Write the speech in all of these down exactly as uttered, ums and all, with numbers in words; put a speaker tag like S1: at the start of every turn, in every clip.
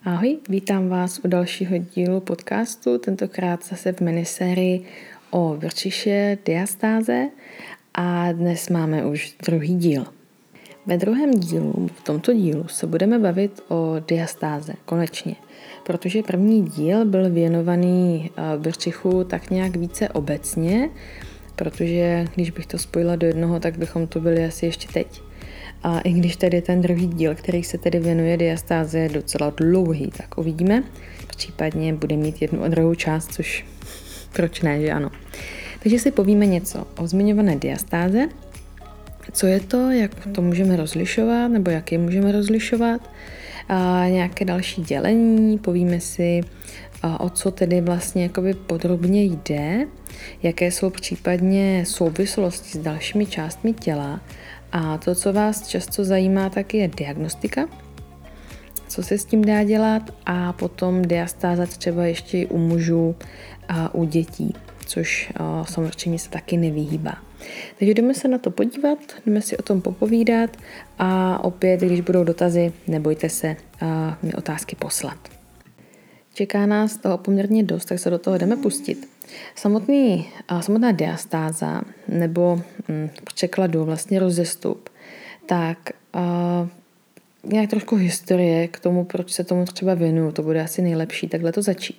S1: Ahoj, vítám vás u dalšího dílu podcastu, tentokrát zase v minisérii o vrčiše diastáze a dnes máme už druhý díl. Ve druhém dílu, v tomto dílu, se budeme bavit o diastáze, konečně, protože první díl byl věnovaný vrčichu tak nějak více obecně, protože když bych to spojila do jednoho, tak bychom to byli asi ještě teď. A i když tady ten druhý díl, který se tedy věnuje diastáze, je docela dlouhý, tak uvidíme. Případně bude mít jednu a druhou část, což proč ne, že ano. Takže si povíme něco o zmiňované diastáze, co je to, jak to můžeme rozlišovat, nebo jak je můžeme rozlišovat, a nějaké další dělení, povíme si, o co tedy vlastně jakoby podrobně jde, jaké jsou případně souvislosti s dalšími částmi těla. A to, co vás často zajímá, tak je diagnostika, co se s tím dá dělat a potom diastáza třeba ještě i u mužů a u dětí, což samozřejmě se taky nevyhýbá. Takže jdeme se na to podívat, jdeme si o tom popovídat a opět, když budou dotazy, nebojte se mi otázky poslat. Čeká nás toho poměrně dost, tak se do toho jdeme pustit. Samotný, samotná diastáza nebo hm, v překladu vlastně rozestup, tak uh, nějak trošku historie k tomu, proč se tomu třeba věnuju, to bude asi nejlepší takhle to začít.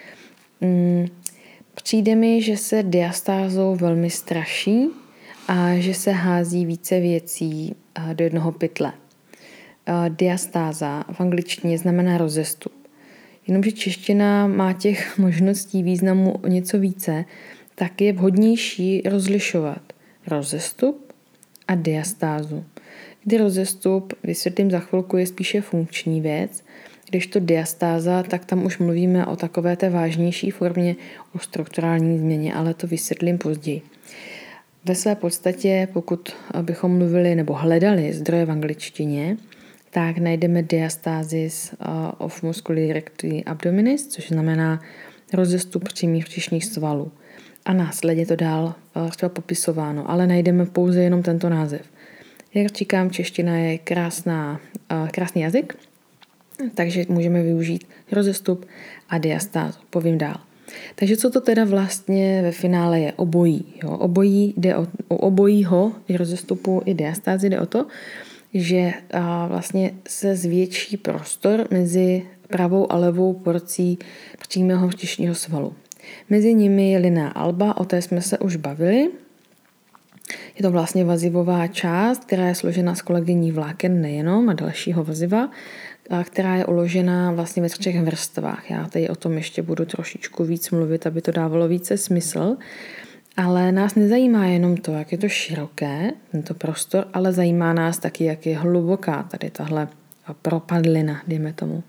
S1: Um, přijde mi, že se diastázou velmi straší a že se hází více věcí uh, do jednoho pytle. Uh, diastáza v angličtině znamená rozestup. Jenomže čeština má těch možností významu o něco více, tak je vhodnější rozlišovat rozestup a diastázu. Kdy rozestup, vysvětlím za chvilku, je spíše funkční věc, když to diastáza, tak tam už mluvíme o takové té vážnější formě, o strukturální změně, ale to vysvětlím později. Ve své podstatě, pokud bychom mluvili nebo hledali zdroje v angličtině, tak najdeme diastázis of musculi recti abdominis, což znamená rozestup přímých břišních svalů. A následně to dál třeba popisováno, ale najdeme pouze jenom tento název. Jak říkám, čeština je krásná, krásný jazyk, takže můžeme využít rozestup a diastázu. Povím dál. Takže co to teda vlastně ve finále je? Obojí. Jo? Obojí jde o, o obojího, i rozestupu, i diastázy jde o to, že a, vlastně se zvětší prostor mezi pravou a levou porcí přímého břišního svalu. Mezi nimi je linea alba, o té jsme se už bavili. Je to vlastně vazivová část, která je složena z kolaggenních vláken nejenom a dalšího vaziva, a která je uložená vlastně ve třech vrstvách. Já tady o tom ještě budu trošičku víc mluvit, aby to dávalo více smysl. Ale nás nezajímá jenom to, jak je to široké, tento prostor, ale zajímá nás taky, jak je hluboká tady tahle propadlina, dejme tomu.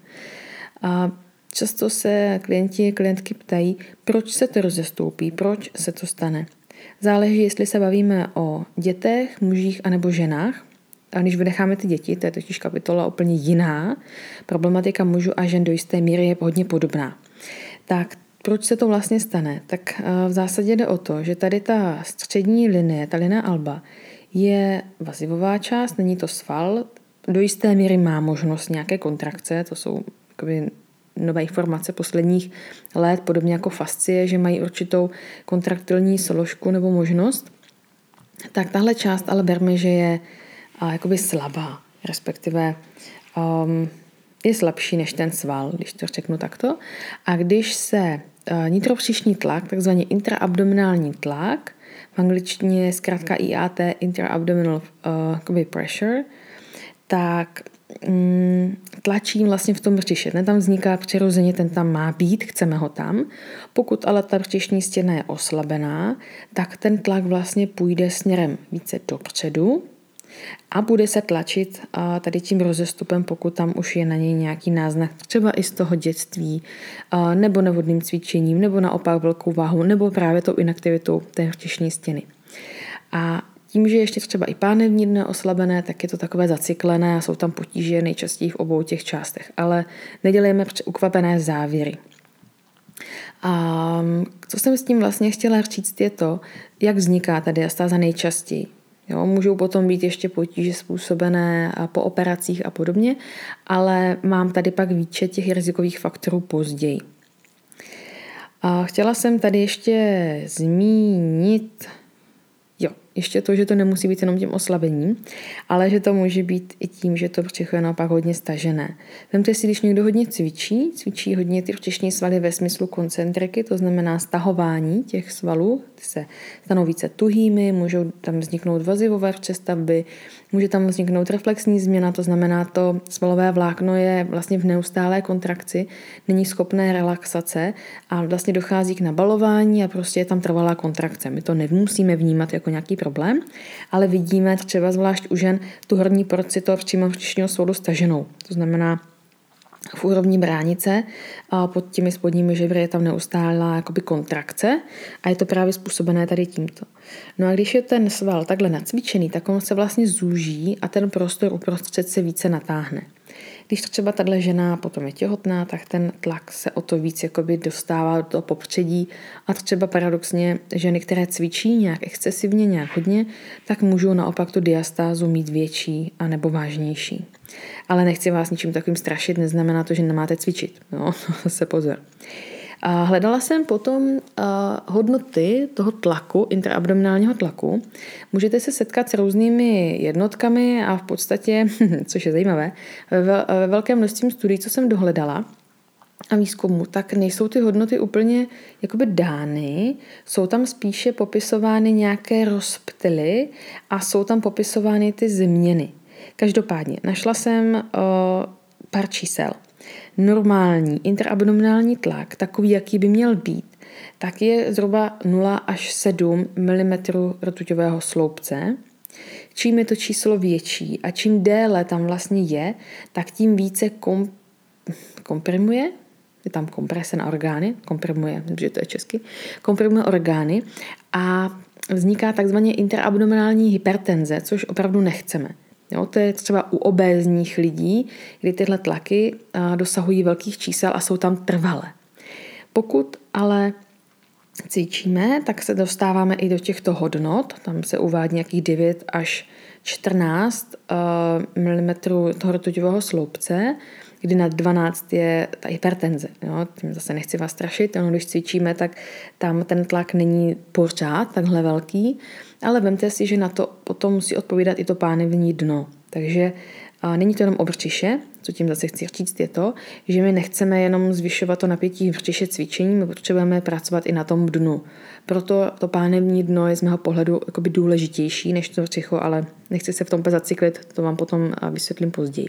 S1: A často se klienti, klientky ptají, proč se to rozestoupí, proč se to stane. Záleží, jestli se bavíme o dětech, mužích anebo ženách. A když vynecháme ty děti, to je totiž kapitola úplně jiná, problematika mužů a žen do jisté míry je hodně podobná. Tak proč se to vlastně stane? Tak v zásadě jde o to, že tady ta střední linie, ta linea alba, je vazivová část, není to sval, do jisté míry má možnost nějaké kontrakce, to jsou jakoby nové informace posledních let, podobně jako fascie, že mají určitou kontraktilní složku nebo možnost. Tak tahle část ale berme, že je a, jakoby slabá, respektive um, je slabší než ten sval, když to řeknu takto. A když se uh, nitropříšní tlak, takzvaný intraabdominální tlak, v angličtině je zkrátka I A T, intraabdominal uh, pressure, tak um, tlačí vlastně v tom břiše. Ten tam vzniká přirozeně, ten tam má být, chceme ho tam. Pokud ale ta břišní stěna je oslabená, tak ten tlak vlastně půjde směrem více dopředu, a bude se tlačit tady tím rozestupem, pokud tam už je na něj nějaký náznak, třeba i z toho dětství, nebo nevhodným cvičením, nebo naopak velkou váhou, nebo právě tou inaktivitou té břišní stěny. A tím, že ještě třeba i pánevní dno oslabené, tak je to takové zacyklené a jsou tam potíže nejčastěji v obou těch částech. Ale nedělejme ukvapené závěry. A co jsem s tím vlastně chtěla říct je to, jak vzniká ta diastáza nejčastěji. Jo, můžou potom být ještě potíže způsobené po operacích a podobně, ale mám tady pak výčet těch rizikových faktorů později. A chtěla jsem tady ještě zmínit, jo, ještě to, že to nemusí být jenom tím oslabením, ale že to může být i tím, že to břicho je naopak hodně stažené. Vemte si, když někdo hodně cvičí, cvičí hodně ty břišní svaly ve smyslu koncentriky, to znamená stahování těch svalů, ty se stanou více tuhými, můžou tam vzniknout vazivové přestavby, může tam vzniknout reflexní změna, to znamená, to svalové vlákno je vlastně v neustálé kontrakci, není schopné relaxace a vlastně dochází k nabalování a prostě je tam trvalá kontrakce. My to nemusíme vnímat jako nějaký problém, ale vidíme třeba zvlášť u žen tu horní porci toho přímo břišního svalu staženou. To znamená, v úrovni bránice a pod těmi spodními žebry je tam neustálá jakoby kontrakce a je to právě způsobené tady tímto. No a když je ten sval takhle nacvičený, tak on se vlastně zúží a ten prostor uprostřed se více natáhne. Když třeba tahle žena potom je těhotná, tak ten tlak se o to víc jakoby dostává do toho popředí a třeba paradoxně ženy, které cvičí nějak excesivně, nějak hodně, tak můžou naopak tu diastázu mít větší a nebo vážnější. Ale nechci vás ničím takovým strašit, neznamená to, že nemáte cvičit. No, se pozor. A hledala jsem potom uh, hodnoty toho tlaku, intraabdominálního tlaku. Můžete se setkat s různými jednotkami a v podstatě, což je zajímavé, ve, ve velkém množství studií, co jsem dohledala a výzkumu, tak nejsou ty hodnoty úplně jakoby dány, jsou tam spíše popisovány nějaké rozptyly a jsou tam popisovány ty změny. Každopádně našla jsem uh, pár čísel. Normální intraabdominální tlak, takový, jaký by měl být, tak je zhruba nula až sedm milimetrů rtuťového sloupce. Čím je to číslo větší a čím déle tam vlastně je, tak tím více kom, komprimuje, je tam komprese na orgány, komprimuje, že to je česky, komprimuje orgány a vzniká takzvaně intraabdominální hypertenze, což opravdu nechceme. Jo, to je třeba u obézních lidí, kdy tyhle tlaky dosahují velkých čísel a jsou tam trvalé. Pokud ale cvičíme, tak se dostáváme i do těchto hodnot. Tam se uvádí nějakých devět až čtrnáct milimetrů toho rtuťového sloupce, kdy nad dvanáct je ta hypertenze. Jo, tím zase nechci vás strašit, ono, když cvičíme, tak tam ten tlak není pořád takhle velký, ale vemte si, že na to potom musí odpovídat i to pánevní dno. Takže a není to jenom o břiše, co tím zase chci říct je to, že my nechceme jenom zvyšovat to napětí v břiše cvičením, my potřebujeme pracovat i na tom dnu. Proto to pánevní dno je z mého pohledu jakoby důležitější než to břicho, ale nechci se v tom úplně zacyklit, to vám potom vysvětlím později.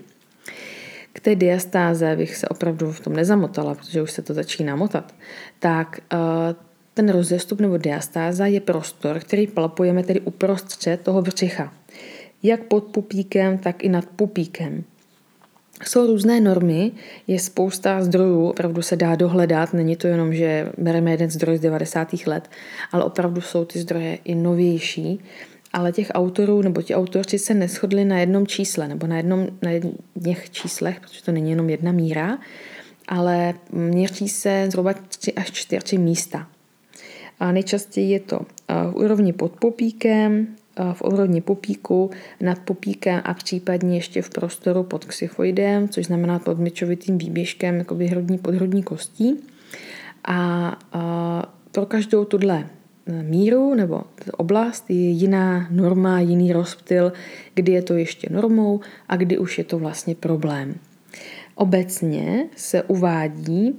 S1: K té diastáze bych se opravdu v tom nezamotala, protože už se to začíná motat. Tak ten rozestup nebo diastáza je prostor, který palpujeme tedy uprostřed toho břicha. Jak pod pupíkem, tak i nad pupíkem. Jsou různé normy, je spousta zdrojů, opravdu se dá dohledat, není to jenom, že bereme jeden zdroj z devadesátých let, ale opravdu jsou ty zdroje i novější, ale těch autorů nebo ti autoři se neshodli na jednom čísle nebo na jednom na jedných číslech, protože to není jenom jedna míra, ale měří se zhruba tři až čtyři místa. A nejčastěji je to v úrovni pod pupíkem, v úrovni pupíku, nad pupíkem a případně ještě v prostoru pod xyfoidem, což znamená pod myčovitým výběžkem jakoby hrudní podhrudní kostí. A, a pro každou tuhle míru nebo oblast je jiná norma, jiný rozptyl, kdy je to ještě normou a kdy už je to vlastně problém. Obecně se uvádí,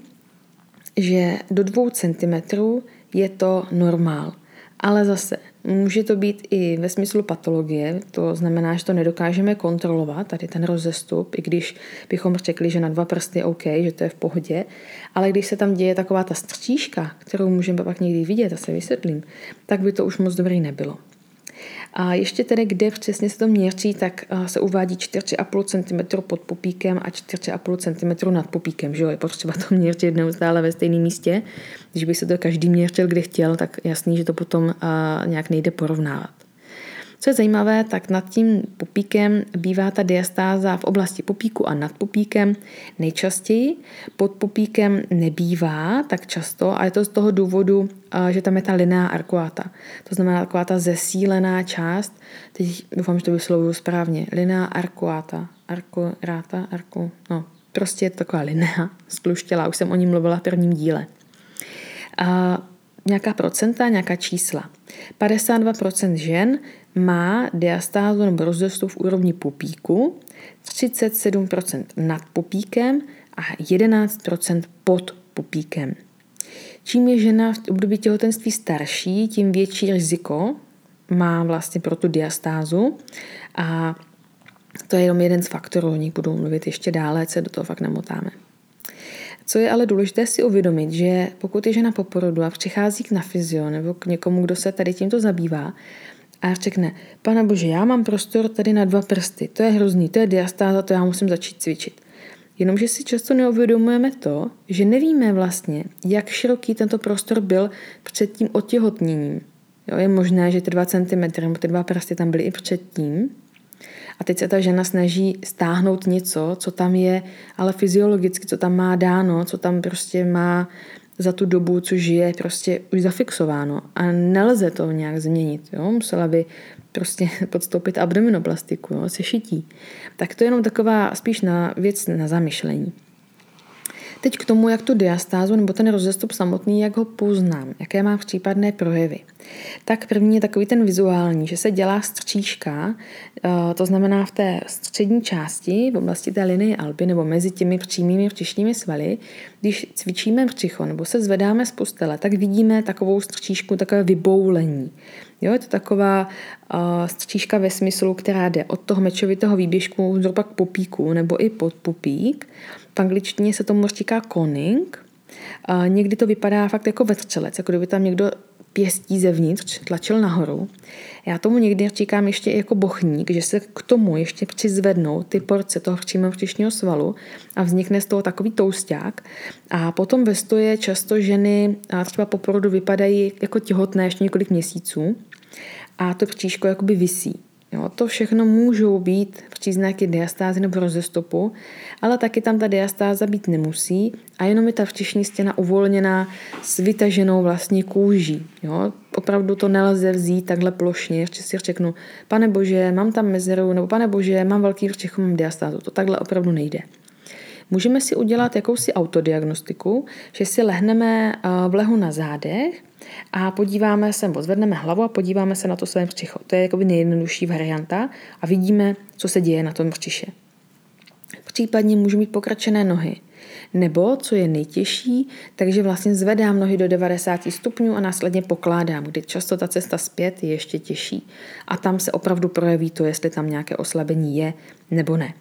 S1: že do dvou centimetrů je to normál. Ale zase může to být i ve smyslu patologie, to znamená, že to nedokážeme kontrolovat, tady ten rozestup, i když bychom řekli, že na dva prsty je OK, že to je v pohodě, ale když se tam děje taková ta střížka, kterou můžeme pak někdy vidět, a se vysvětlím, tak by to už moc dobrý nebylo. A ještě tedy, kde přesně se to měří, tak se uvádí čtyři a půl centimetru pod pupíkem a čtyři a půl centimetru nad pupíkem, že jo, je potřeba to měřit neustále ve stejném místě. Když by se to každý měřil, kde chtěl, tak jasný, že to potom nějak nejde porovnávat. Co je zajímavé, tak nad tím pupíkem bývá ta diastáza v oblasti pupíku a nad pupíkem nejčastěji. Pod pupíkem nebývá tak často a je to z toho důvodu, že tam je ta linea arcuata. To znamená taková ta zesílená část, teď doufám, že to vyslovuju správně, linea arcuata, arcuata, arcu, no, prostě je to taková linea skluštělá, už jsem o ní mluvila v prvním díle. A nějaká procenta, nějaká čísla. padesát dva procent žen má diastázu nebo rozrostu v úrovni pupíku, třicet sedm procent nad pupíkem a jedenáct procent pod pupíkem. Čím je žena v období těhotenství starší, tím větší riziko má vlastně pro tu diastázu a to je jenom jeden z faktorů, o nich budou mluvit ještě dále, se do toho fakt namotáme. Co je ale důležité si uvědomit, že pokud je žena po porodu a přichází na fyzio nebo k někomu, kdo se tady tímto zabývá a řekne, Pane Bože, já mám prostor tady na dva prsty, to je hrozný, to je diastáza, to já musím začít cvičit. Jenomže si často neuvědomujeme to, že nevíme vlastně, jak široký tento prostor byl před tím otěhotněním. Jo, je možné, že ty dva centimetry nebo ty dva prsty tam byly i předtím. A teď se ta žena snaží stáhnout něco, co tam je, ale fyziologicky, co tam má dáno, co tam prostě má za tu dobu, co žije, prostě už zafixováno. A nelze to nějak změnit. Jo? Musela by prostě podstoupit abdominoplastiku, jo? Sešití. Tak to je jenom taková spíš na věc na zamyšlení. Teď k tomu, jak tu diastázu nebo ten rozestup samotný, jak ho poznám, jaké má případné projevy. Tak první je takový ten vizuální, že se dělá střička, to znamená v té střední části, v oblasti té linie alby nebo mezi těmi přímými břišními svaly, když cvičíme břicho nebo se zvedáme z postele, tak vidíme takovou střičku, takové vyboulení. Jo, je to taková uh, střička ve smyslu, která jde od toho mečovitého výběžku zhruba k pupíku nebo i pod pupík. V angličtině se tomu říká conning. Uh, někdy to vypadá fakt jako vetřelec, jako kdyby tam někdo pěstí zevnitř tlačil nahoru. Já tomu někdy říkám ještě jako bochník, že se k tomu ještě přizvednou ty porce toho přímého břišního svalu a vznikne z toho takový tousťák. A potom ve stoje často ženy třeba po porodu vypadají jako těhotné ještě několik měsíců a to bříško jakoby visí. Jo, to všechno můžou být příznaky diastázy nebo rozestupu, ale taky tam ta diastáza být nemusí a jenom je ta břišní stěna uvolněná s vytaženou vlastně kůží. Jo, opravdu to nelze vzít takhle plošně, ještě si řeknu, Pane Bože, mám tam mezeru, nebo Pane Bože, mám velký břicho, mám diastázu. To takhle opravdu nejde. Můžeme si udělat jakousi autodiagnostiku, že si lehneme v lehu na zádech a podíváme se, nebo zvedneme hlavu a podíváme se na to své břicho. To je jakoby nejjednodušší varianta a vidíme, co se děje na tom břiše. Případně můžu mít pokračené nohy. Nebo, co je nejtěžší, takže vlastně zvedám nohy do devadesát stupňů a následně pokládám, kdy často ta cesta zpět je ještě těžší. A tam se opravdu projeví to, jestli tam nějaké oslabení je nebo ne.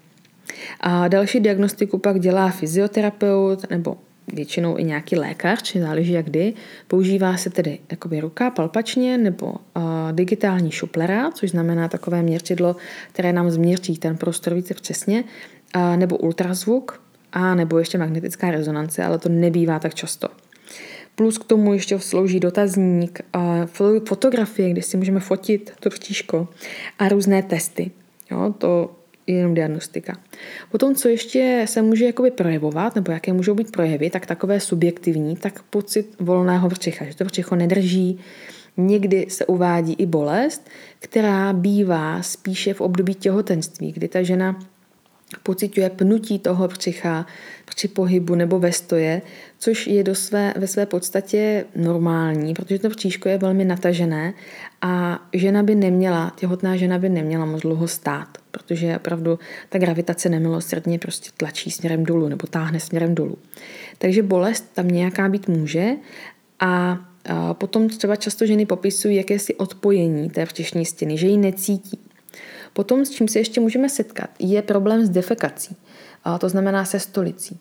S1: A další diagnostiku pak dělá fyzioterapeut nebo většinou i nějaký lékař, či záleží jak kdy. Používá se tedy jakoby ruka palpačně nebo uh, digitální šuplera, což znamená takové měřidlo, které nám změří ten prostor více přesně, uh, nebo ultrazvuk, a nebo ještě magnetická rezonance, ale to nebývá tak často. Plus k tomu ještě slouží dotazník, uh, fotografie, kde si můžeme fotit to bříško a různé testy. Jo, to je jenom diagnostika. Potom, co ještě se může jakoby projevovat, nebo jaké můžou být projevy, tak takové subjektivní, tak pocit volného břicha, že to břicho nedrží. Někdy se uvádí i bolest, která bývá spíše v období těhotenství, kdy ta žena pociťuje pnutí toho břicha při pohybu nebo ve stoje, což je do své, ve své podstatě normální, protože to bříško je velmi natažené a žena by neměla, těhotná žena by neměla moc dlouho stát, protože opravdu ta gravitace nemilosrdně prostě tlačí směrem dolů nebo táhne směrem dolů. Takže bolest tam nějaká být může a a potom třeba často ženy popisují jakési odpojení té břišní stěny, že ji necítí. Potom, s čím se ještě můžeme setkat, je problém s defekací, a to znamená se stolicí,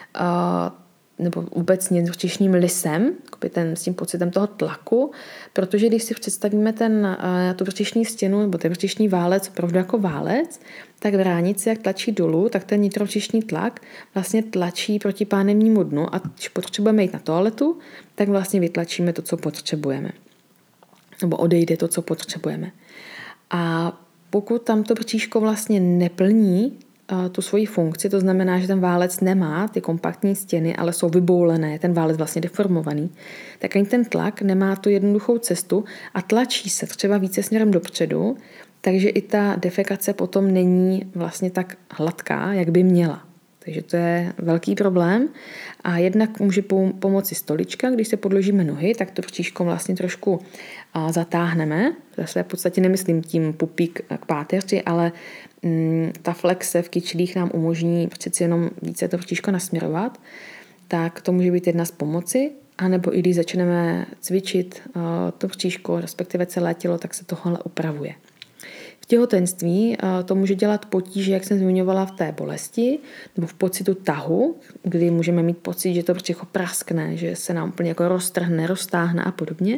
S1: a, nebo obecně s břišním lisem, ten, s tím pocitem toho tlaku, protože když si představíme ten, a, tu břišní stěnu nebo ten břišní válec opravdu jako válec, tak v ránici, jak tlačí dolů, tak ten nitrobřišní tlak vlastně tlačí proti pánevnímu dnu a když potřebujeme jít na toaletu, tak vlastně vytlačíme to, co potřebujeme. Nebo odejde to, co potřebujeme. A pokud tam to bříško vlastně neplní uh, tu svoji funkci, to znamená, že ten válec nemá ty kompaktní stěny, ale jsou vyboulené, ten válec vlastně deformovaný, tak ani ten tlak nemá tu jednoduchou cestu a tlačí se třeba více směrem dopředu, takže i ta defekace potom není vlastně tak hladká, jak by měla. Takže to je velký problém a jednak může pomoci stolička, když se podložíme nohy, tak to bříško vlastně trošku zatáhneme. Zase v podstatě nemyslím tím pupík k páteři, ale mm, ta flexe v kyčlích nám umožní přeci jenom více to bříško nasměrovat, tak to může být jedna z pomoci. A nebo i když začneme cvičit to bříško, respektive celé tělo, tak se tohle upravuje. V těhotenství to může dělat potíže, jak jsem zmiňovala, v té bolesti nebo v pocitu tahu, kdy můžeme mít pocit, že to břicho praskne, že se nám úplně jako roztrhne, roztáhne a podobně.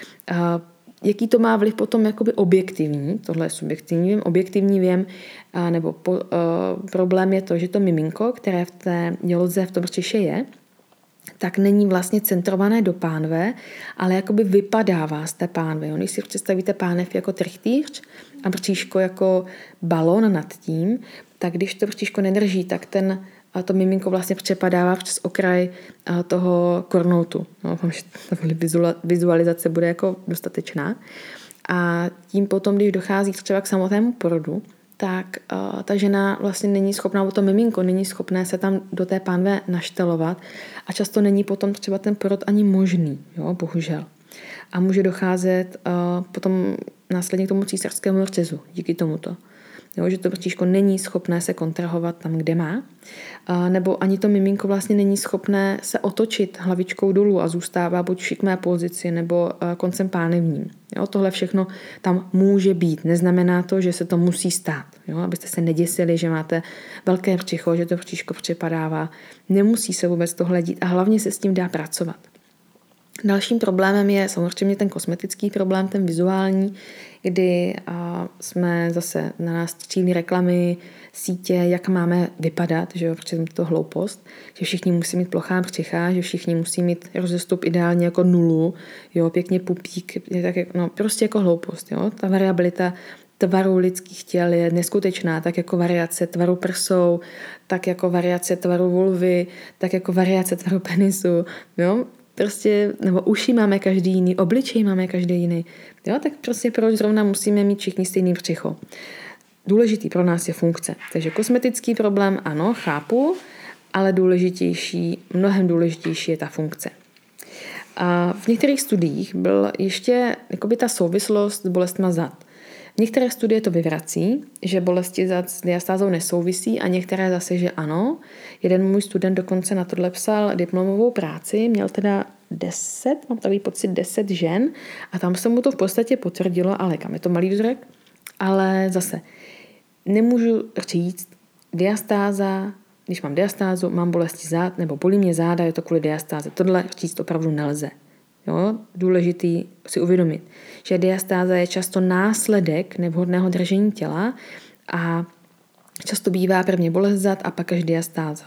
S1: Jaký to má vliv potom jakoby objektivní, tohle je subjektivní vím, objektivní vím, nebo po, uh, problém je to, že to miminko, které v té děloze v tom břiše je, tak není vlastně centrované do pánve, ale jakoby vypadává z té pánve. Když si představíte pánev jako trichtýř a bříško jako balón nad tím, tak když to bříško nedrží, tak ten, to miminko vlastně přepadává přes okraj toho kornoutu. No, že ta vizualizace bude jako dostatečná. A tím potom, když dochází třeba k samotnému porodu, tak uh, ta žena vlastně není schopná, o to miminko není schopné se tam do té pánve naštelovat a často není potom třeba ten porod ani možný, jo, bohužel. A může docházet uh, potom následně k tomu císařskému řezu díky tomuto. Jo, že to bříško není schopné se kontrahovat tam, kde má, a nebo ani to miminko vlastně není schopné se otočit hlavičkou dolů a zůstává buď v šikmé pozici nebo koncem pánevním. Jo, tohle všechno tam může být. Neznamená to, že se to musí stát. Jo, abyste se neděsili, že máte velké břicho, že to bříško přepadává. Nemusí se vůbec tohle dít a hlavně se s tím dá pracovat. Dalším problémem je samozřejmě ten kosmetický problém, ten vizuální, kdy a, jsme zase na nás střílí reklamy, sítě, jak máme vypadat, že jo, protože je to hloupost, že všichni musí mít plochá břicha, že všichni musí mít rozestup ideálně jako nulu, jo, pěkně pupík, tak, no, prostě jako hloupost, jo, ta variabilita tvaru lidských těl je neskutečná, tak jako variace tvaru prsou, tak jako variace tvaru vulvy, tak jako variace tvaru penisu, jo, prostě, nebo uši máme každý jiný, obličej máme každý jiný. Jo, tak prostě proč zrovna musíme mít všichni stejný břicho. Důležitý pro nás je funkce. Takže kosmetický problém, ano, chápu, ale důležitější, mnohem důležitější je ta funkce. A v některých studiích byl ještě jakoby ta souvislost s bolestma zad. Některé studie to vyvrací, že bolesti zad s diastázou nesouvisí a některé zase, že ano. Jeden můj student dokonce na tohle psal diplomovou práci, měl teda deset, mám takový pocit deset žen a tam se mu to v podstatě potvrdilo, ale kam je to malý vzorek, ale zase nemůžu říct diastáza, když mám diastázu, mám bolesti zad nebo bolí mě záda, je to kvůli diastáze. Tohle říct opravdu nelze. Jo, důležitý si uvědomit, že diastáza je často následek nevhodného držení těla a často bývá prvně bolest zad a pak až diastáza.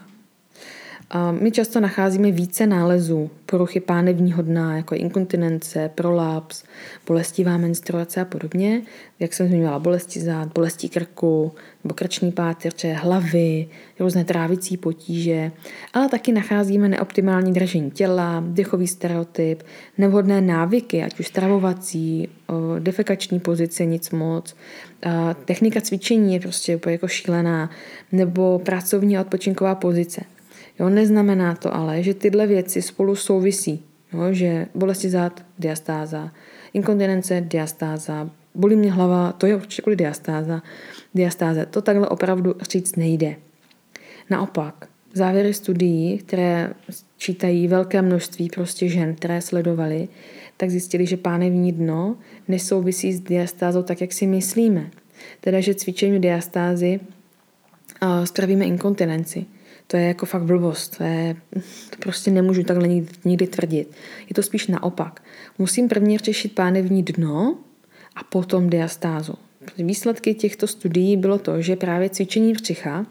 S1: My často nacházíme více nálezů poruchy pánevního dna, jako inkontinence, prolaps, bolestivá menstruace a podobně. Jak jsem zmiňovala, bolesti zad, bolesti krku, nebo krční páteře, hlavy, různé trávicí potíže, ale taky nacházíme neoptimální držení těla, dechový stereotyp, nevhodné návyky, ať už stravovací, defekační pozice, nic moc, technika cvičení je prostě úplně jako šílená, nebo pracovní a odpočinková pozice. Jo, neznamená to ale, že tyhle věci spolu souvisí, jo, že bolesti zad, diastáza, inkontinence, diastáza, bolí mě hlava, to je určitě kvůli diastáza, diastáze. To takhle opravdu říct nejde. Naopak, závěry studií, které čítají velké množství prostě žen, které sledovali, tak zjistili, že pánevní dno nesouvisí s diastázou tak, jak si myslíme. Teda, že cvičením diastázy uh, spravíme inkontinenci. To je jako fakt blbost. To, je, to prostě nemůžu takhle nikdy, nikdy tvrdit. Je to spíš naopak. Musím prvně řešit pánevní dno a potom diastázu. Výsledky těchto studií bylo to, že právě cvičení břicha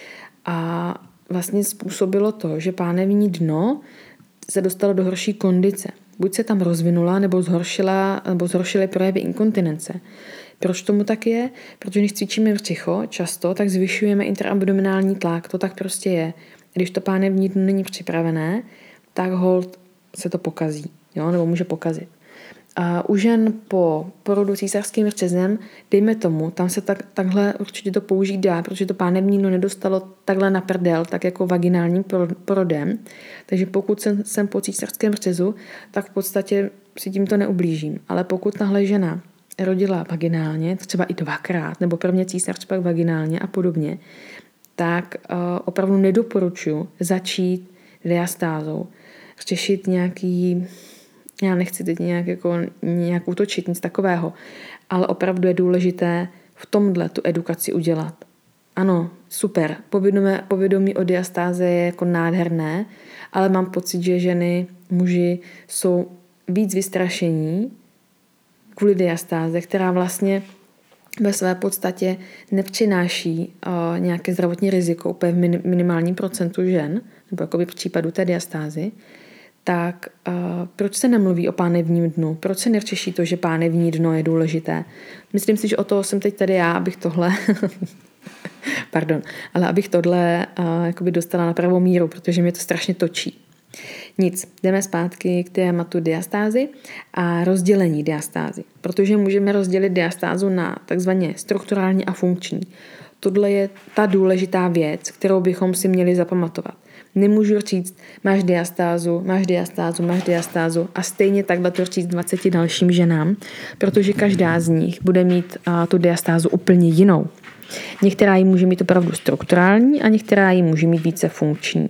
S1: a vlastně způsobilo to, že pánevní dno se dostalo do horší kondice. Buď se tam rozvinula, nebo zhoršila, nebo zhoršily projevy inkontinence. Proč tomu tak je? Protože když cvičíme břicho často, tak zvyšujeme interabdominální tlak. To tak prostě je. Když to pánevní dno není připravené, tak hold se to pokazí, jo? Nebo může pokazit. A u žen po porodu císařským řezem, dejme tomu, tam se tak, takhle určitě to použít dá, protože to pánevní dno nedostalo takhle na prdel, tak jako vaginálním porodem. Takže pokud jsem, jsem po císařském řezu, tak v podstatě si tímto neublížím. Ale pokud tahle žena rodila vaginálně, třeba i dvakrát, nebo prvně císař, pak vaginálně a podobně, tak uh, opravdu nedoporučuji začít diastázou. Řešit nějaký, já nechci teď nějak, jako, nějak útočit, nic takového, ale opravdu je důležité v tomhle tu edukaci udělat. Ano, super, povědomí, povědomí o diastáze je jako nádherné, ale mám pocit, že ženy, muži jsou víc vystrašení kvůli diastáze, která vlastně ve své podstatě nepřináší uh, nějaké zdravotní riziko úplně v minimálním procentu žen, nebo jakoby v případu té diastázy, tak uh, proč se nemluví o pánevním dnu? Proč se neřeší to, že pánevní dno je důležité? Myslím si, že o toho jsem teď tady já, abych tohle pardon, ale abych tohle uh, jakoby dostala na pravou míru, protože mě to strašně točí. Nic, jdeme zpátky k tématu diastázy a rozdělení diastázy, protože můžeme rozdělit diastázu na takzvaně strukturální a funkční. Tohle je ta důležitá věc, kterou bychom si měli zapamatovat. Nemůžu říct, máš diastázu, máš diastázu, máš diastázu a stejně takhle to říct dvaceti dalším ženám, protože každá z nich bude mít uh, tu diastázu úplně jinou. Některá ji může mít opravdu strukturální a některá ji může mít více funkční.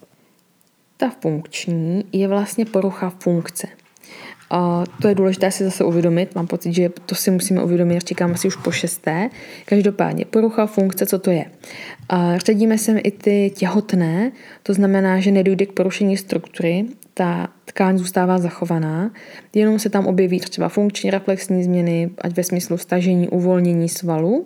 S1: Ta funkční je vlastně porucha funkce. Uh, to je důležité si zase uvědomit. Mám pocit, že to si musíme uvědomit, říkám asi už po šesté. Každopádně porucha funkce, co to je? Uh, řadíme sem i ty těhotné, to znamená, že nedojde k porušení struktury, ta tkáň zůstává zachovaná, jenom se tam objeví třeba funkční reflexní změny, ať ve smyslu stažení, uvolnění svalu.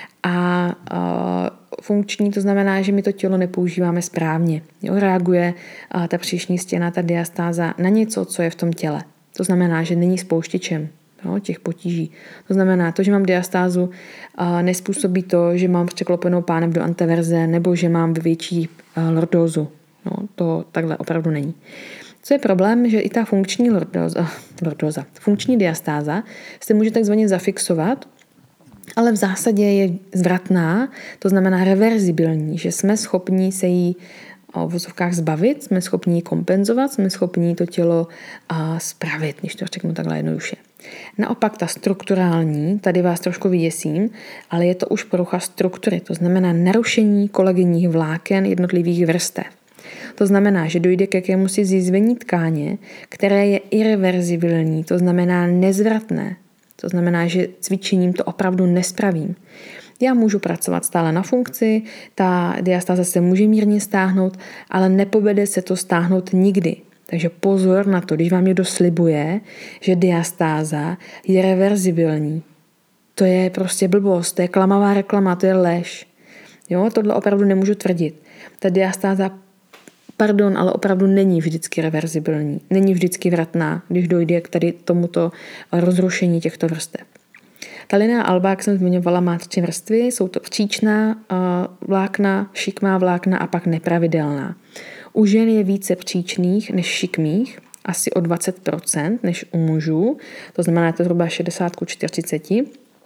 S1: A uh, funkční to znamená, že my to tělo nepoužíváme správně. Jo, reaguje uh, ta příšní stěna, ta diastáza na něco, co je v tom těle. To znamená, že není spouštěčem, jo, těch potíží. To znamená, to, že mám diastázu, uh, nespůsobí to, že mám překlopenou pánev do anteverze nebo že mám větší uh, lordózu. No, to takhle opravdu není. Co je problém, že i ta funkční lordóza, lordóza, funkční diastáza se může takzvaně zafixovat, ale v zásadě je zvratná, to znamená reverzibilní, že jsme schopni se jí v vozovkách zbavit, jsme schopni ji kompenzovat, jsme schopni to tělo spravit, když to řeknu takhle jednoduše. Naopak ta strukturální, tady vás trošku vyděsím, ale je to už porucha struktury, to znamená narušení kolagenních vláken jednotlivých vrstev. To znamená, že dojde k jakémusi zjizvení tkáně, které je irreverzibilní, to znamená nezvratné. To znamená, že cvičením to opravdu nespravím. Já můžu pracovat stále na funkci, ta diastáza se může mírně stáhnout, ale nepovede se to stáhnout nikdy. Takže pozor na to, když vám někdo slibuje, že diastáza je reverzibilní. To je prostě blbost, to je klamavá reklama, to je lež. Jo, tohle opravdu nemůžu tvrdit. Ta diastáza, pardon, ale opravdu není vždycky reverzibilní. Není vždycky vratná, když dojde k tady tomuto rozrušení těchto vrstev. Ta linea alba, jak jsem zmiňovala, má tři vrstvy. Jsou to příčná vlákna, šikmá vlákna a pak nepravidelná. U žen je více příčných než šikmých, asi o dvacet procent než u mužů. To znamená, to zhruba šedesát ku čtyřiceti.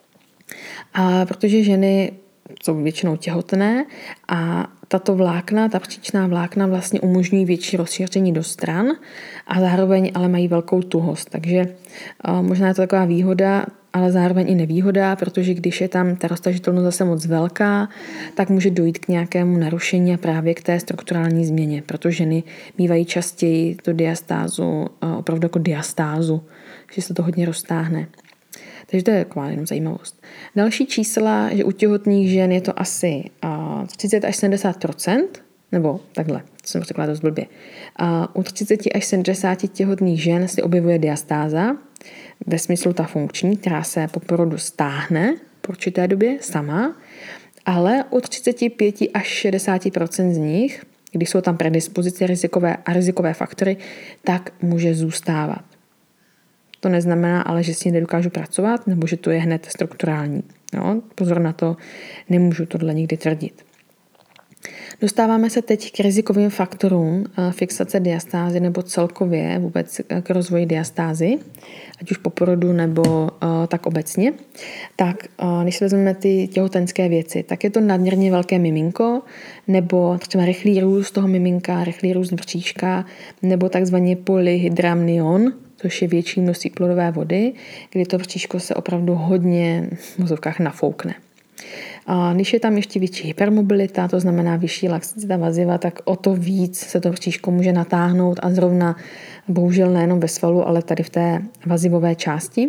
S1: A protože ženy jsou většinou těhotné a tato vlákna, ta příčná vlákna vlastně umožňují větší rozšíření do stran a zároveň ale mají velkou tuhost. Takže možná je to taková výhoda, ale zároveň i nevýhoda, protože když je tam ta roztažitelnost zase moc velká, tak může dojít k nějakému narušení a právě k té strukturální změně, protože ženy mívají častěji tu diastázu, opravdu jako diastázu, že se to hodně roztáhne. Takže to je taková jenom zajímavost. Další čísla, že u těhotných žen je to asi třicet až sedmdesát procent, nebo takhle, to jsem řekla dost blbě. U třicet až sedmdesát těhotných žen se objevuje diastáza, ve smyslu ta funkční, která se po porodu stáhne po určité době sama, ale u třicet pět až šedesát procent z nich, když jsou tam predispozice rizikové a rizikové faktory, tak může zůstávat. To neznamená ale, že s ní nedokážu pracovat nebo že to je hned strukturální. Jo? Pozor na to, nemůžu tohle nikdy tvrdit. Dostáváme se teď k rizikovým faktorům fixace diastázy nebo celkově vůbec k rozvoji diastázy, ať už po porodu nebo tak obecně. Tak když si vezmeme ty těhotenské věci, tak je to nadměrně velké miminko nebo třeba rychlý růst toho miminka, rychlý růst bříška nebo takzvaně polyhydramnion, což je větší množství plodové vody, kdy to bříško se opravdu hodně v mozovkách nafoukne. A když je tam ještě větší hypermobilita, to znamená vyšší laxicita vaziva, tak o to víc se to bříško může natáhnout a zrovna bohužel nejenom ve svalu, ale tady v té vazivové části.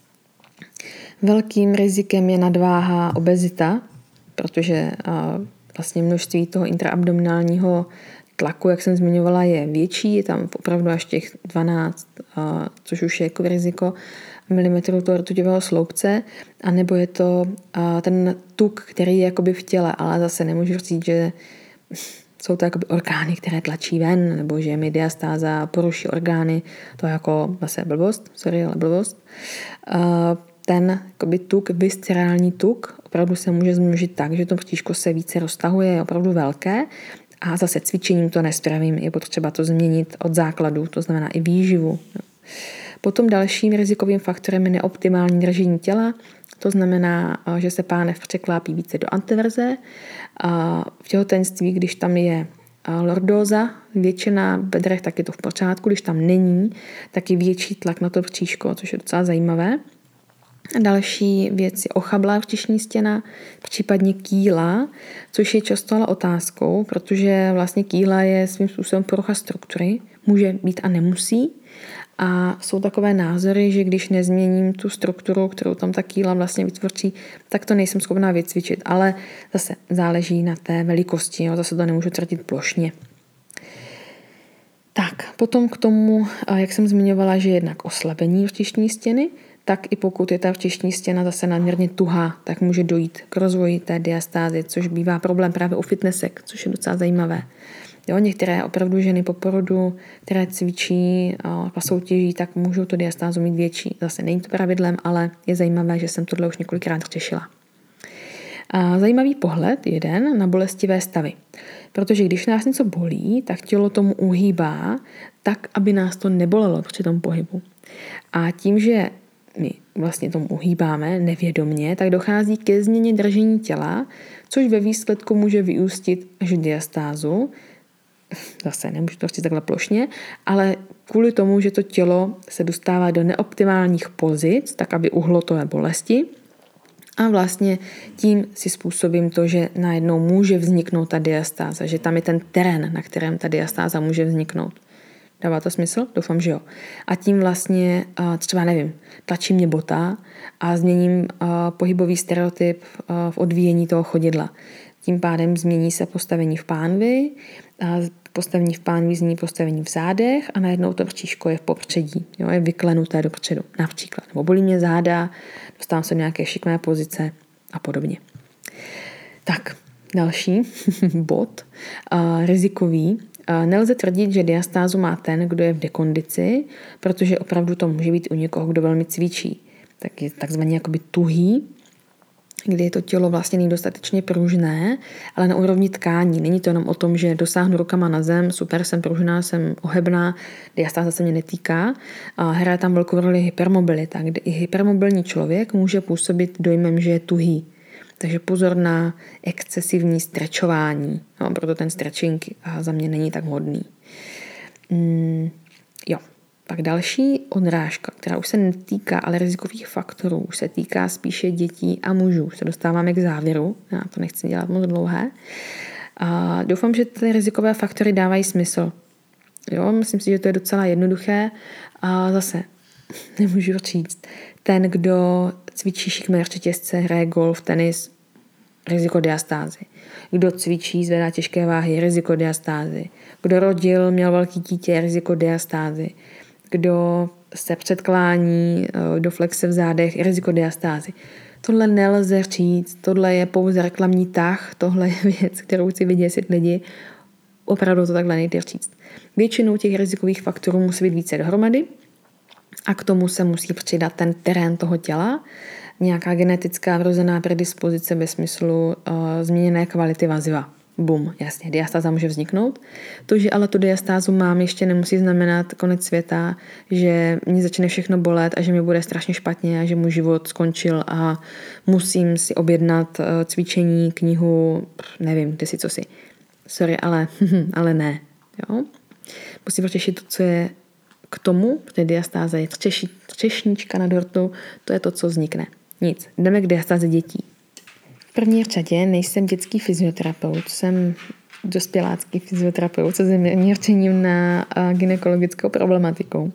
S1: Velkým rizikem je nadváha, obezita, protože vlastně množství toho intraabdominálního tlaku, jak jsem zmiňovala, je větší, je tam opravdu až těch dvanáct, což už je jako riziko milimetrů toho rtuťového sloupce, anebo je to ten tuk, který je jakoby v těle, ale zase nemůžu říct, že jsou to jakoby orgány, které tlačí ven, nebo že je mi diastáza poruší orgány, to je jako zase blbost, sorry, ale blbost. Ten jakoby tuk, viscerální tuk, opravdu se může zmnožit tak, že to bříško se více roztahuje, je opravdu velké, a zase cvičením to nespravím, je potřeba to změnit od základu, to znamená i výživu. Potom dalším rizikovým faktorem je neoptimální držení těla, to znamená, že se pánev překlápí více do anteverze. A v těhotenství, když tam je lordóza, většina v bedrech, tak je to v pořádku, když tam není, tak je větší tlak na to bříško, což je docela zajímavé. Další věc je ochablá břišní stěna, případně kýla, což je často ale otázkou, protože vlastně kýla je svým způsobem porucha struktury, může být a nemusí. A jsou takové názory, že když nezměním tu strukturu, kterou tam ta kýla vlastně vytvoří, tak to nejsem schopná vycvičit. Ale zase záleží na té velikosti, jo? Zase to nemůžu tvrdit plošně. Tak, potom k tomu, jak jsem zmiňovala, že jednak oslabení břišní stěny, tak i pokud je ta břišní stěna zase nadměrně tuhá, tak může dojít k rozvoji té diastázy, což bývá problém právě u fitnessek, což je docela zajímavé. Jo, některé opravdu ženy po porodu, které cvičí a soutěží, tak můžou to diastázu mít větší. Zase není to pravidlem, ale je zajímavé, že jsem tohle už několikrát řešila. A zajímavý pohled jeden na bolestivé stavy. Protože když nás něco bolí, tak tělo tomu uhýbá tak, aby nás to nebolelo při tom pohybu. A tím, že my vlastně tomu uhýbáme nevědomně, tak dochází ke změně držení těla, což ve výsledku může vyústit až diastázu. Zase nemůžu to říct takhle plošně, ale kvůli tomu, že to tělo se dostává do neoptimálních pozic, tak aby uhlo to bolesti. A vlastně tím si způsobím to, že najednou může vzniknout ta diastáza, že tam je ten terén, na kterém ta diastáza může vzniknout. Dává to smysl? Doufám, že jo. A tím vlastně třeba, nevím, tlačí mě bota a změním pohybový stereotyp v odvíjení toho chodidla. Tím pádem změní se postavení v pánvi, a postavení v pánvi změní postavení v zádech a najednou to bříško je v popředí, jo, je vyklenuté dopředu, například. Nebo bolí mě záda, dostávám se do nějaké šikmé pozice a podobně. Tak, další bod, uh, rizikový. Uh, nelze tvrdit, že diastázu má ten, kdo je v dekondici, protože opravdu to může být u někoho, kdo velmi cvičí. Tak je takzvaně jakoby tuhý, kdy je to tělo vlastně nedostatečně pružné, ale na úrovni tkání. Není to jenom o tom, že dosáhnu rukama na zem, super, jsem pružná, jsem ohebná, diastáza se mě netýká. A hraje tam velkou roli hypermobilita, kde i hypermobilní člověk může působit dojmem, že je tuhý. Takže pozor na excesivní stretchování. No, proto ten stretching za mě není tak vhodný. Mm, jo. Pak další odrážka, která už se netýká ale rizikových faktorů, už se týká spíše dětí a mužů. Se dostáváme k závěru, já to nechci dělat moc dlouhé. A doufám, že ty rizikové faktory dávají smysl. Jo, myslím si, že to je docela jednoduché. A zase nemůžu říct, ten, kdo cvičí šikmé řetězce, hraje golf, tenis, riziko diastázy. Kdo cvičí, zvedá těžké váhy, riziko diastázy. Kdo rodil, měl velký dítě, riziko diastázy. Kdo se předklání do flexe v zádech, riziko diastázy. Tohle nelze říct, tohle je pouze reklamní tah, tohle je věc, kterou chci vyděsit lidi. Opravdu to takhle nejde říct. Většinou těch rizikových faktorů musí být více dohromady a k tomu se musí přidat ten terén toho těla, nějaká genetická vrozená predispozice ve smyslu uh, změněné kvality vaziva. Bum, jasně, diastáza může vzniknout. To, že ale tu diastázu mám, ještě nemusí znamenat konec světa, že mě začne všechno bolet a že mi bude strašně špatně a že můj život skončil a musím si objednat uh, cvičení, knihu, nevím, kde si co si. Sorry, ale, ale ne. Jo? Musím řešit to, co je k tomu, protože diastáza je třeši, třešnička na dortu, to je to, co vznikne. Nic. Jdeme k diastáze dětí. V první řadě nejsem dětský fyzioterapeut, jsem dospělácký fyzioterapeut se zaměřením na gynekologickou problematiku.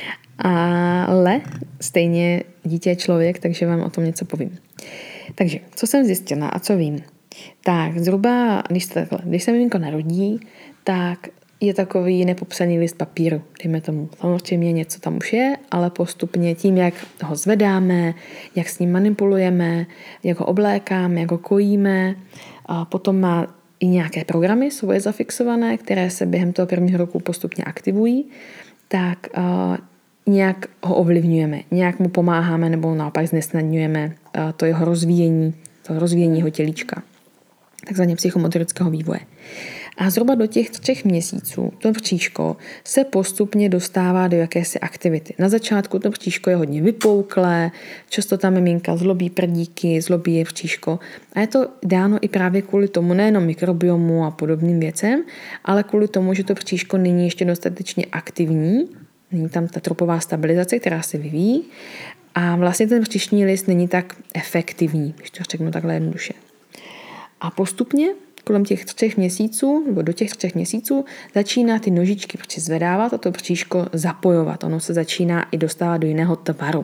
S1: Ale stejně dítě je člověk, takže vám o tom něco povím. Takže, co jsem zjistila a co vím? Tak zhruba, když se, takhle, když se miminko narodí, tak je takový nepopsaný list papíru, dejme tomu. Samozřejmě něco tam už je, ale postupně tím, jak ho zvedáme, jak s ním manipulujeme, jak ho oblékáme, jak ho kojíme, a potom má i nějaké programy svoje zafixované, které se během toho prvního roku postupně aktivují, tak uh, nějak ho ovlivňujeme, nějak mu pomáháme nebo naopak znesnadňujeme uh, to jeho rozvíjení, to rozvíjení jeho tělíčka, takzvaně psychomotorického vývoje. A zhruba do těch třech měsíců to bříško se postupně dostává do jakési aktivity. Na začátku to bříško je hodně vypouklé, často ta miminka zlobí prdíky, zlobí je bříško. A je to dáno i právě kvůli tomu, nejenom mikrobiomu a podobným věcem, ale kvůli tomu, že to bříško není ještě dostatečně aktivní, není tam ta tropová stabilizace, která se vyvíjí a vlastně ten břišní list není tak efektivní, když to řeknu takhle jednoduše. A postupně kolem těch třech měsíců, nebo do těch třech měsíců, začíná ty nožičky přizvedávat a to bříško zapojovat. Ono se začíná i dostávat do jiného tvaru.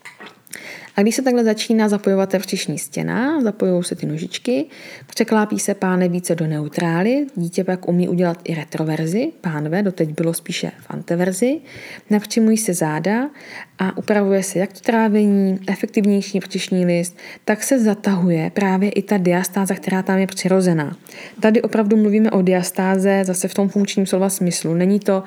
S1: A když se takhle začíná zapojovat ta břišní stěna, zapojují se ty nožičky, překlápí se pánve více do neutrály, dítě pak umí udělat i retroverzi, pánve, doteď bylo spíše v anteverzi, napřimují se záda a upravuje se jak to trávení, efektivnější břišní list, tak se zatahuje právě i ta diastáza, která tam je přirozená. Tady opravdu mluvíme o diastáze zase v tom funkčním slova smyslu. Není to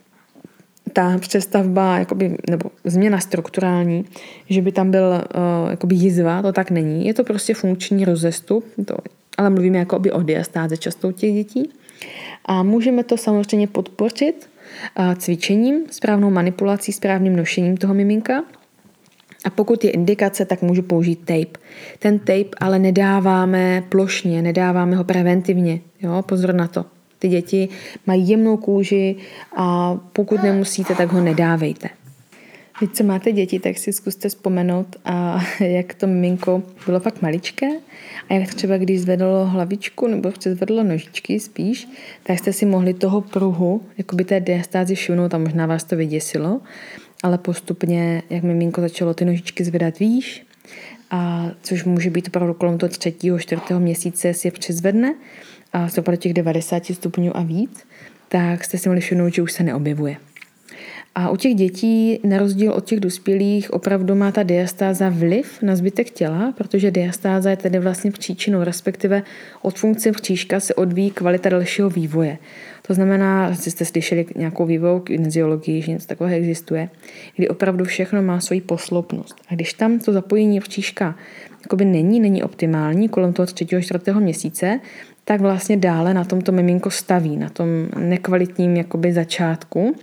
S1: ta přestavba, jakoby, nebo změna strukturální, že by tam byl uh, jakoby jizva, to tak není. Je to prostě funkční rozestup, to, ale mluvíme jakoby o diastáze často u těch dětí. A můžeme to samozřejmě podpořit uh, cvičením, správnou manipulací, správným nošením toho miminka. A pokud je indikace, tak můžu použít tape. Ten tape ale nedáváme plošně, nedáváme ho preventivně. Jo? Pozor na to. Ty děti mají jemnou kůži a pokud nemusíte, tak ho nedávejte. Když co máte děti, tak si zkuste vzpomenout, a jak to miminko bylo fakt maličké a jak třeba když zvedlo hlavičku nebo zvedlo nožičky spíš, tak jste si mohli toho pruhu, jakoby té diastázy všimnout a možná vás to vyděsilo, ale postupně, jak miminko začalo ty nožičky zvedat výš, a což může být opravdu kolem toho třetího, čtvrtého měsíce si je přizvedne, a zhruba těch devadesát stupňů a víc, tak jste si mohli všimnout, že už se neobjevuje. A u těch dětí, na rozdíl od těch dospělých, opravdu má ta diastáza vliv na zbytek těla, protože diastáza je tedy vlastně příčinou, respektive od funkce bříška se odvíjí kvalita dalšího vývoje. To znamená, že jste slyšeli nějakou vývojovou kineziologii, že něco takového existuje, kdy opravdu všechno má svoji posloupnost. A když tam to zapojení bříška jakoby není, není optimální kolem toho třetího, čtvrtého měsíce, tak vlastně dále na tom to miminko staví, na tom nekvalitním jakoby začátku.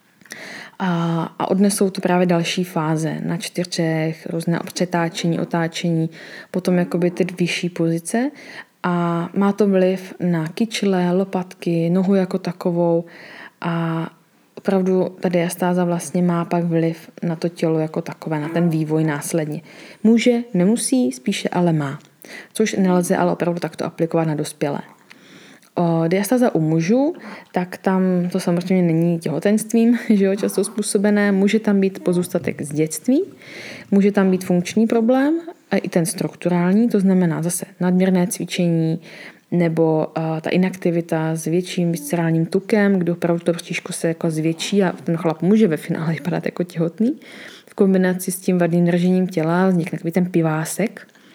S1: A, a odnesou to právě další fáze na čtyřech, různé přetáčení, otáčení, potom jakoby ty vyšší pozice a má to vliv na kyčle, lopatky, nohu jako takovou a opravdu ta diastáza vlastně má pak vliv na to tělo jako takové, na ten vývoj následně. Může, nemusí, spíše ale má, což nelze ale opravdu takto aplikovat na dospělé. O diastáza u mužů, tak tam to samozřejmě není těhotenstvím, že jo, často způsobené. Může tam být pozůstatek z dětství, může tam být funkční problém, a i ten strukturální, to znamená zase nadměrné cvičení nebo uh, ta inaktivita s větším viscerálním tukem, kdy opravdu to bříško se jako zvětší a ten chlap může ve finále vypadat jako těhotný. V kombinaci s tím vadným držením těla vznikne takový ten pivásek,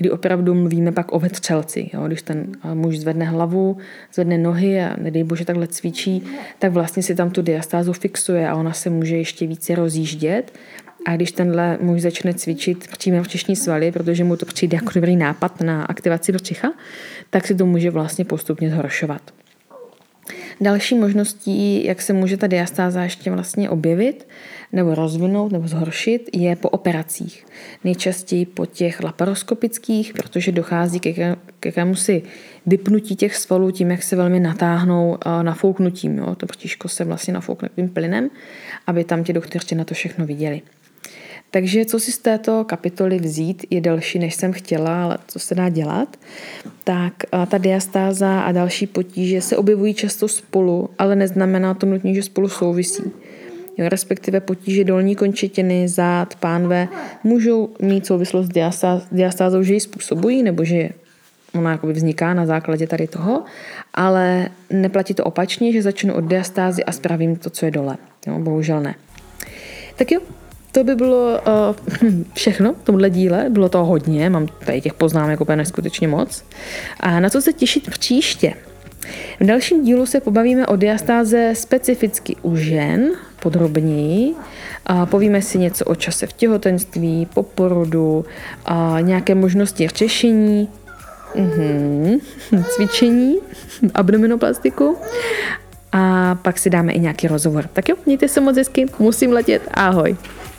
S1: kdy opravdu mluvíme pak o vetřelci. Jo? Když ten muž zvedne hlavu, zvedne nohy a nedej bože takhle cvičí, tak vlastně si tam tu diastázu fixuje a ona se může ještě více rozjíždět. A když tenhle muž začne cvičit přímo břišní svaly, protože mu to přijde jako dobrý nápad na aktivaci břicha, tak si to může vlastně postupně zhoršovat. Další možností, jak se může ta diastáza ještě vlastně objevit, nebo rozvinout, nebo zhoršit, je po operacích. Nejčastěji po těch laparoskopických, protože dochází k jakému si vypnutí těch svalů tím, jak se velmi natáhnou nafouknutím. Jo? To bříško se vlastně nafoukne tím plynem, aby tam ti doktoři na to všechno viděli. Takže co si z této kapitoly vzít je delší, než jsem chtěla, ale co se dá dělat, tak ta diastáza a další potíže se objevují často spolu, ale neznamená to nutně, že spolu souvisí. Jo, respektive potíže dolní končetiny, zád, pánve můžou mít souvislost s diastázou, že ji způsobují, nebo že ona jakoby vzniká na základě tady toho, ale neplatí to opačně, že začnu od diastázy a spravím to, co je dole. Jo, bohužel ne. Tak jo, to by bylo uh, všechno v tomhle díle. Bylo to hodně, mám tady těch poznámek úplně neskutečně moc. A na co se těšit příště? V dalším dílu se pobavíme o diastáze specificky u žen, podrobněji. A povíme si něco o čase v těhotenství, po porodu, a nějaké možnosti řešení, uhum, cvičení, abdominoplastiku. A pak si dáme i nějaký rozhovor. Tak jo, mějte se moc hezky, musím letět, ahoj.